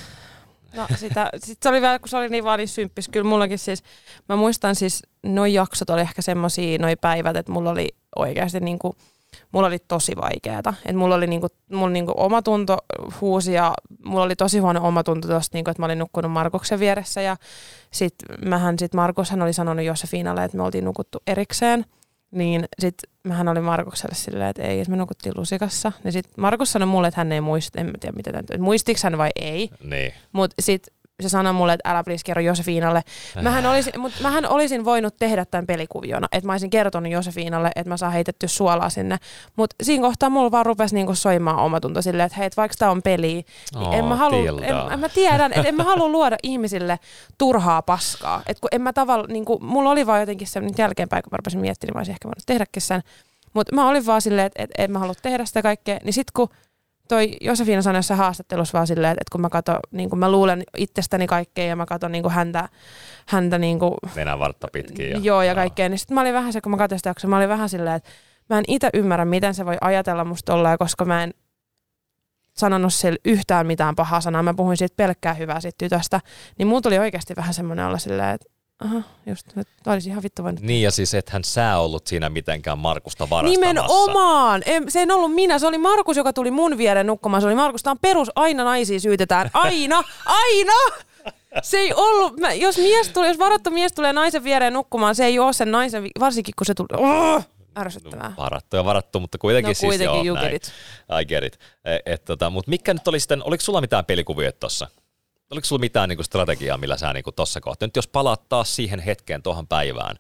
No sitä, sit se oli vielä, kun se oli niin vaan niin symppis. Kyllä mullakin siis, mä muistan siis, noi jaksot oli ehkä semmosia, noi päivät, että mulla oli oikeasti niinku, mulla oli tosi vaikeeta. Että mulla oli niinku, mulla niinku omatunto huusi ja mulla oli tosi huono omatunto tosta, niinku, että mä olin nukkunut Markuksen vieressä ja sit mähän sit Markushan oli sanonut Josefiinalle, että me oltiin nukuttu erikseen. Niin sit mähän olin Markukselle silleen, että ei, että me nukuttiin lusikassa. Niin sit Markus sanoi mulle, että hän ei muista, en mä tiedä mitä tämän, muistiko hän vai ei. Niin. Mut sit se sanoi mulle, että älä please kerro Josefiinalle. Mähän olisin, mut mähän olisin voinut tehdä tämän pelikuviona, että mä olisin kertonut Josefiinalle, että mä saan heitetty suolaa sinne. Mut siinä kohtaa mulla vaan rupesi niinku soimaan omatunto silleen, että hei, et vaikka tää on peli, niin oh, en mä halua, en, en mä tiedän, että en mä halua luoda ihmisille turhaa paskaa. Että kun en mä tavalla, niinku, mulla oli vaan jotenkin se, nyt jälkeenpäin kun mä rupesin miettimään, niin mä olisin ehkä voinut tehdäkin sen. Mut mä olin vaan silleen, että et, en mä halua tehdä sitä kaikkea, niin sit kun toi Josefiina sanoi jossain haastattelussa vaan silleen, että kun mä katon, niin kun mä luulen itsestäni kaikkea ja mä katon niin häntä, häntä niin kuin nenänvartta pitkin. Ja, joo, ja kaikkea. Niin sitten mä olin vähän se, kun mä katsoin sitä, mä olin vähän silleen, että mä en itse ymmärrä, miten se voi ajatella musta tolleen, koska mä en sanonut sille yhtään mitään pahaa sanaa. Mä puhuin siitä pelkkää hyvää siitä tytöstä. Niin mulla tuli oikeasti vähän semmoinen olla silleen, että aha, just, että olisi ihan vittu voinut. Niin, ja siis ethän sä ollut siinä mitenkään Markusta varastamassa. Nimenomaan! Se ei ollut minä, se oli Markus, joka tuli mun viereen nukkumaan. Se oli Markus, tämä on perus, aina naisia syytetään. Aina! Aina! Se ei ollut, mä, jos, mies tuli, jos varattu mies tulee naisen viereen nukkumaan, se ei ole sen naisen, varsinkin kun se tuli. Oh! Ärsyttävää. Varattu ja varattu, mutta kuitenkin, no, siis kuitenkin joo, näin. I get it. Et, tota, mutta mikä nyt oli sitten, oliko sulla mitään pelikuvia tuossa? Oliko sulla mitään niinku strategiaa, millä sä niinku tossa kohtaa? Nyt jos palaat taas siihen hetkeen, tuohon päivään.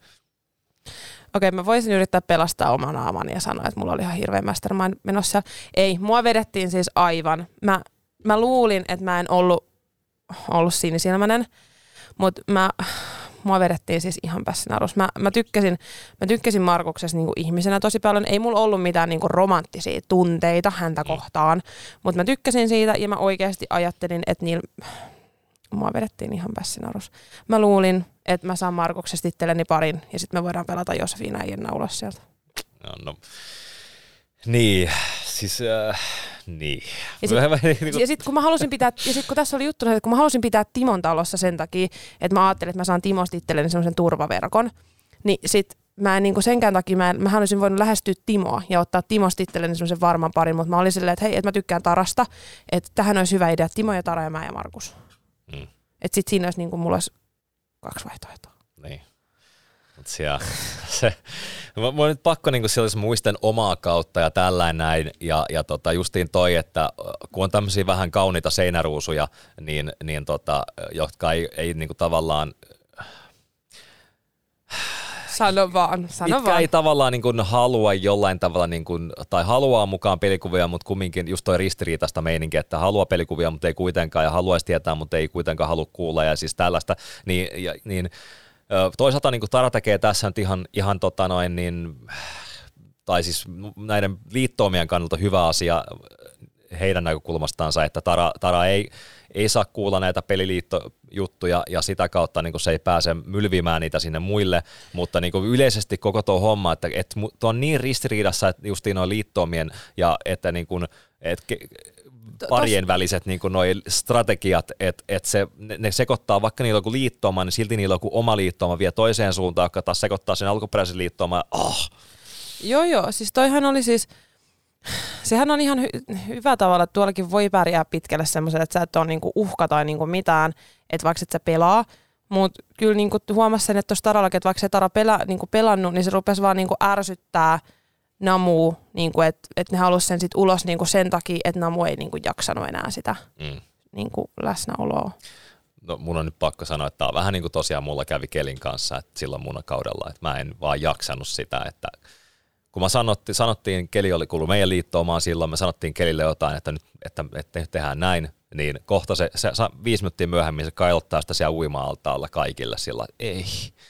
Okei, mä voisin yrittää pelastaa oman naamani ja sanoa, että mulla oli ihan hirveä mastermind menossa. Ei, mua vedettiin siis aivan. Mä, mä luulin, että mä en ollut, ollut sinisilmäinen, mutta mä, mua vedettiin siis ihan pässinarus. Mä, mä, tykkäsin, mä tykkäsin Markuksessa niinku ihmisenä tosi paljon. Ei mulla ollut mitään niinku romanttisia tunteita häntä kohtaan, mutta mä tykkäsin siitä ja mä oikeasti ajattelin, että niillä mua vedettiin ihan pässinarus. Mä luulin, että mä saan Markuksesta itselleni parin ja sitten me voidaan pelata Josefina ja Jenna ulos sieltä. No, no. Niin, siis äh, niin. Ja sitten sit, kun mä halusin pitää, ja sit kun tässä oli juttu, että kun mä halusin pitää Timon talossa sen takia, että mä ajattelin, että mä saan Timosta itselleni semmoisen turvaverkon, niin sit mä en niinku senkään takia, mä, en, mä olisin voinut lähestyä Timoa ja ottaa Timosta itselleni semmoisen varman parin, mutta mä olin silleen, että hei, että mä tykkään Tarasta, että tähän olisi hyvä idea, Timo ja Tara ja mä ja Markus. Mm. Että sit siinä olisi niinku, mulla olisi kaksi vaihtoehtoa. Niin. Mutta siellä, se, mä oon nyt pakko niinku muistan omaa kautta ja tällainen näin, ja, ja tota, justiin toi, että kun on tämmöisiä vähän kauniita seinäruusuja, niin, niin tota, jotka ei, ei niinku tavallaan Sano vaan, sano mitkä vaan. ei tavallaan niin kuin halua jollain tavalla, niin kuin, tai haluaa mukaan pelikuvia, mutta kumminkin just toi ristiriitaista meininkiä, että haluaa pelikuvia, mutta ei kuitenkaan, ja haluaisi tietää, mutta ei kuitenkaan halua kuulla, ja siis tällaista, niin, ja, niin toisaalta niin kuin Tara tekee tässä nyt ihan, ihan tota noin, niin, tai siis näiden liittoomien kannalta hyvä asia heidän näkökulmastansa, että Tara, Tara ei, ei saa kuulla näitä peliliittojuttuja ja sitä kautta niin kuin se ei pääse mylvimään niitä sinne muille, mutta niin kuin yleisesti koko tuo homma, että, että tuo on niin ristiriidassa, että justiin nuo liittoomien ja että niin kuin, että parien väliset niin kuin noi strategiat, että, että se, ne sekoittaa, vaikka niillä on joku liittooma, niin silti niillä on joku oma liittooma vie toiseen suuntaan, joka taas sekoittaa sen alkuperäisen liittooman. Oh. Joo joo, siis toihan oli siis, sehän on ihan hy- hyvä tavalla, että tuollakin voi pärjää pitkälle semmoiselle, että sä et ole niinku uhka tai niinku mitään, että vaikka et sä pelaa, mutta kyllä niinku huomasin sen, että tuossa Tarallakin, että vaikka se Tara pelaa, niinku pelannut, niin se rupesi vaan niinku ärsyttää Namua, niinku, että et ne halusi sen sit ulos niinku sen takia, että Namu ei niinku jaksanut enää sitä mm. niinku läsnäoloa. No mun on nyt pakko sanoa, että tämä on vähän niin kuin tosiaan mulla kävi Kelin kanssa, että silloin mun kaudella, että mä en vaan jaksanut sitä, että kun mä sanottiin, sanottiin, Keli oli kuullut meidän liittoomaan silloin, me sanottiin Kelille jotain, että nyt, että, että tehdään näin, niin kohta se, se, se viisi minuuttia myöhemmin se kailottaa sitä siellä uima-altaalla kaikille sillä, ei.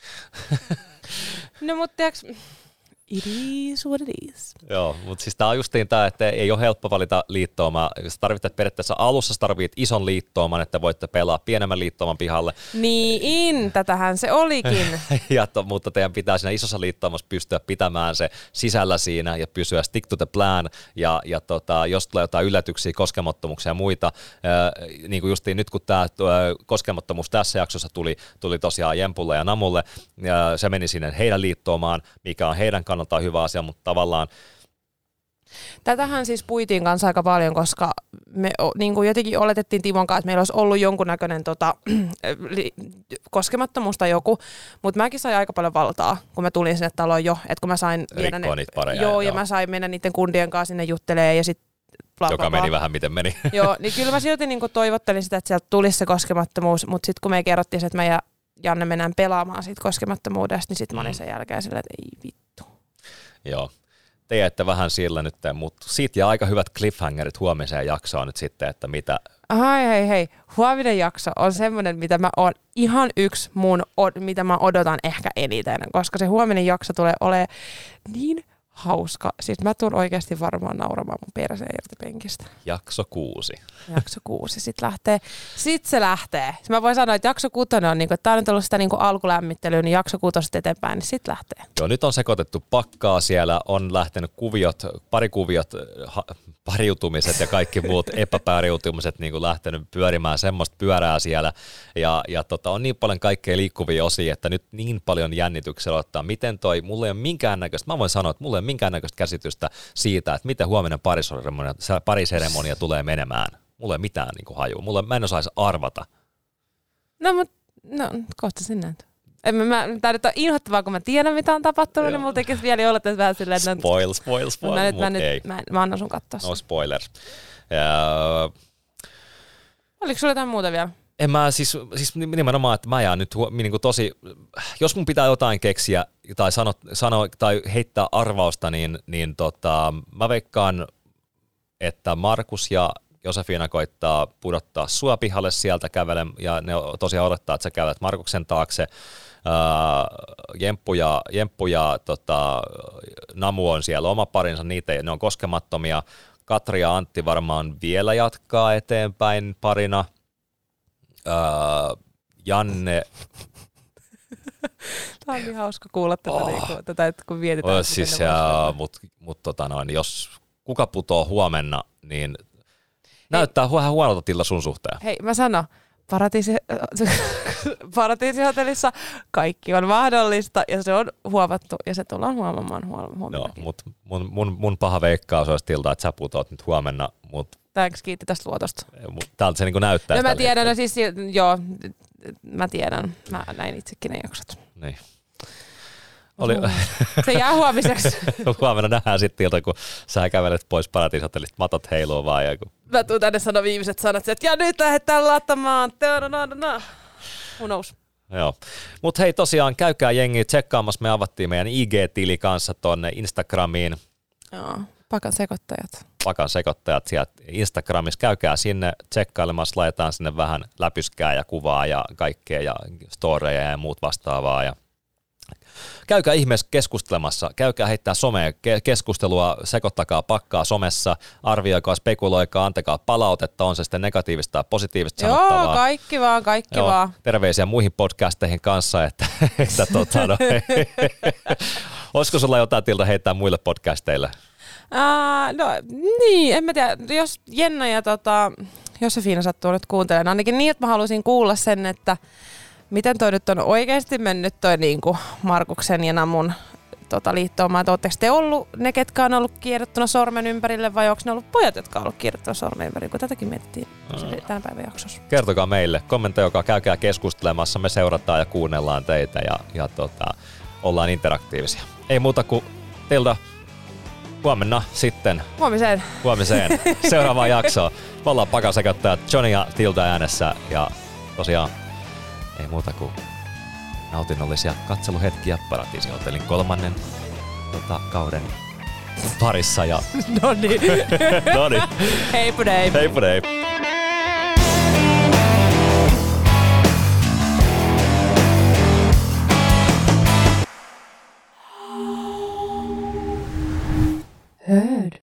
No mutta tiiäks, it is what it is. Joo, mutta siis tää on justiin tää, että ei ole helppo valita liittoomaa. Sä tarvitset periaatteessa alussa sä tarvitset ison liittooman, että voitte pelaa pienemmän liittooman pihalle. Niin, tätähän se olikin. ja to, mutta teidän pitää siinä isossa liittoomassa pystyä pitämään se sisällä siinä ja pysyä stick to the plan. Ja, ja tota, jos tulee jotain yllätyksiä, koskemattomuuksia ja muita, ää, niin kuin justiin nyt kun tämä koskemattomuus tässä jaksossa tuli, tuli tosiaan Jempulle ja Namulle, ja se meni sinne heidän liittoomaan, mikä on heidän kannaltaan hyvä asia, mutta tavallaan tätähän siis puitiin kanssa aika paljon, koska me niin kuin jotenkin oletettiin Timon kanssa, että meillä olisi ollut jonkunnäköinen tota, koskemattomuus tai joku, mutta mäkin sain aika paljon valtaa, kun mä tulin sinne taloon jo, että kun mä sain viedä ne, pareja, joo, ja joo. Mä sain mennä niiden kundien kanssa sinne juttelemaan ja sit bla, bla, joka bla. meni vähän miten meni. Joo, niin kyllä mä silti niin kuin toivottelin sitä, että sieltä tulisi se koskemattomuus, mutta sitten kun me kerrottiin, että mä ja Janne mennään pelaamaan siitä koskemattomuudesta, niin sitten mä olin sen jälkeen silleen, että ei vittu. Joo. Te jäitte vähän sillä nyt, mutta siitä jää aika hyvät cliffhangerit huomiseen jaksoon nyt sitten, että mitä. Ai hei hei, huominen jakso on semmoinen, mitä mä oon ihan yksi mun, mitä mä odotan ehkä eniten, koska se huominen jakso tulee olemaan niin hauska. Siis mä tuun oikeasti varmaan nauramaan mun perseen irti penkistä. Jakso kuusi. Jakso kuusi. Sitten lähtee. Sitten se lähtee. Mä voin sanoa, että jakso kuutonen on, niin kuin, että tää on nyt ollut sitä niin kuin alkulämmittelyä, niin jakso kuutosta eteenpäin, niin sitten lähtee. Joo, nyt on sekoitettu pakkaa siellä, on lähtenyt kuviot, parikuviot, ha, pariutumiset ja kaikki muut epäpääriutumiset niin kuin lähtenyt pyörimään semmoista pyörää siellä. Ja, ja tota, on niin paljon kaikkea liikkuvia osia, että nyt niin paljon jännityksellä ottaa, miten toi, mulla ei ole minkäännäköistä, mä voin sanoa, että mulla ei ole minkäännäköistä käsitystä siitä, että miten huominen pariseremonia, pariseremonia tulee menemään. Mulla ei ole mitään niin kuin hajua. Mulla, mä en osaisi arvata. No, mutta no, kohta sinne. Tämä nyt on inhottavaa, kun mä tiedän, mitä on tapahtunut, joo. Niin mulla tekisi vielä olla, että vähän silleen, että spoil, spoil, spoil, mä, nyt, mä, nyt, ei. Mä, mä annan sun katsoa. No spoilers. Ja oliko sulla jotain muuta vielä? En mä siis, siis nimenomaan, että mä jään nyt niin kuin tosi, jos mun pitää jotain keksiä tai sano, sano, tai heittää arvausta, niin, niin tota, mä veikkaan, että Markus ja Josefina koittaa pudottaa sua pihalle sieltä kävelen, ja ne tosiaan odottaa, että sä kävelet Markuksen taakse. Jemppu ja, Jemppu ja tota, Namu on siellä oma parinsa, niitä, ne on koskemattomia. Katri ja Antti varmaan vielä jatkaa eteenpäin parina. uh, Janne. Tämä on niin hauska kuulla tätä, oh. niin kuin, tätä että kun mietitään. Oh, siis ja, mut, mut, tota noin, jos kuka putoo huomenna, niin hei, näyttää vähän huonolta tilla sun suhteen. Hei, mä sanon, paratiisi, paratiisihotellissa kaikki on mahdollista ja se on huomattu ja se tullaan huomaamaan huomenna. Joo, mut mun, mun, mun paha veikkaus olisi tilta, että sä putoat nyt huomenna. Mut thanks, kiitti tästä luotosta. Täältä se niinku näyttää. No mä tiedän, no siis joo, mä tiedän. Mä näin itsekin ne jaksot. Niin. Oli... Se jää huomiseksi. Huomenna nähdään sitten ilta, kun sä kävelet pois paratiisihotellista, matot heiluu vaan. Ja kun... Mä tuun tänne sanoa viimeiset sanat, että ja nyt lähdetään latamaan. Who knows? Joo. Mut hei tosiaan, käykää jengiä tsekkaamassa. Me avattiin meidän I G-tili kanssa tonne Instagramiin. Joo, pakan sekoittajat. Pakan sekoittajat sieltä Instagramissa. Käykää sinne tsekkailemassa, laitetaan sinne vähän läpyskää ja kuvaa ja kaikkea ja storeja ja muut vastaavaa. Ja käykää ihmeessä keskustelemassa, käykää heittää somea keskustelua, sekoittakaa pakkaa somessa, arvioikaa, spekuloikaa, antakaa palautetta, on se sitten negatiivista tai positiivista Joo, sanottavaa. Joo, kaikki vaan, kaikki Joo, vaan. Terveisiä muihin podcasteihin kanssa, että, että tota, no, olisiko sulla jotain tilta heittää muille podcasteille? Uh, no niin, en mä tiedä, jos Jenna ja tota, Josefina sattuu nyt kuuntelemaan, ainakin niin, että mä haluaisin kuulla sen, että miten toi nyt on oikeasti mennyt toi niinku Markuksen ja Namun tota, liittooma, että ootteko te ollut ne, ketkä on ollut kierrettuna sormen ympärille vai onko ne ollut pojat, jotka on ollut kierrettuna sormen ympärille, kun tätäkin mietittiin mm. tämän päivän jaksossa. Kertokaa meille, kommentoikaa, käykää keskustelemassa, me seurataan ja kuunnellaan teitä ja, ja tota, ollaan interaktiivisia. Ei muuta kuin teiltä huomenna sitten. Huomiseen. Huomiseen. Seuraavaan jaksoon. Me ollaan pakasekoittajat Johnny ja Tilda äänessä ja tosiaan ei muuta kuin nautinnollisia katseluhetkiä Paratiisihotellin kolmannen tota, kauden parissa. Ja... Noniin. Noniin. Heipudei. Heipudei. Heard.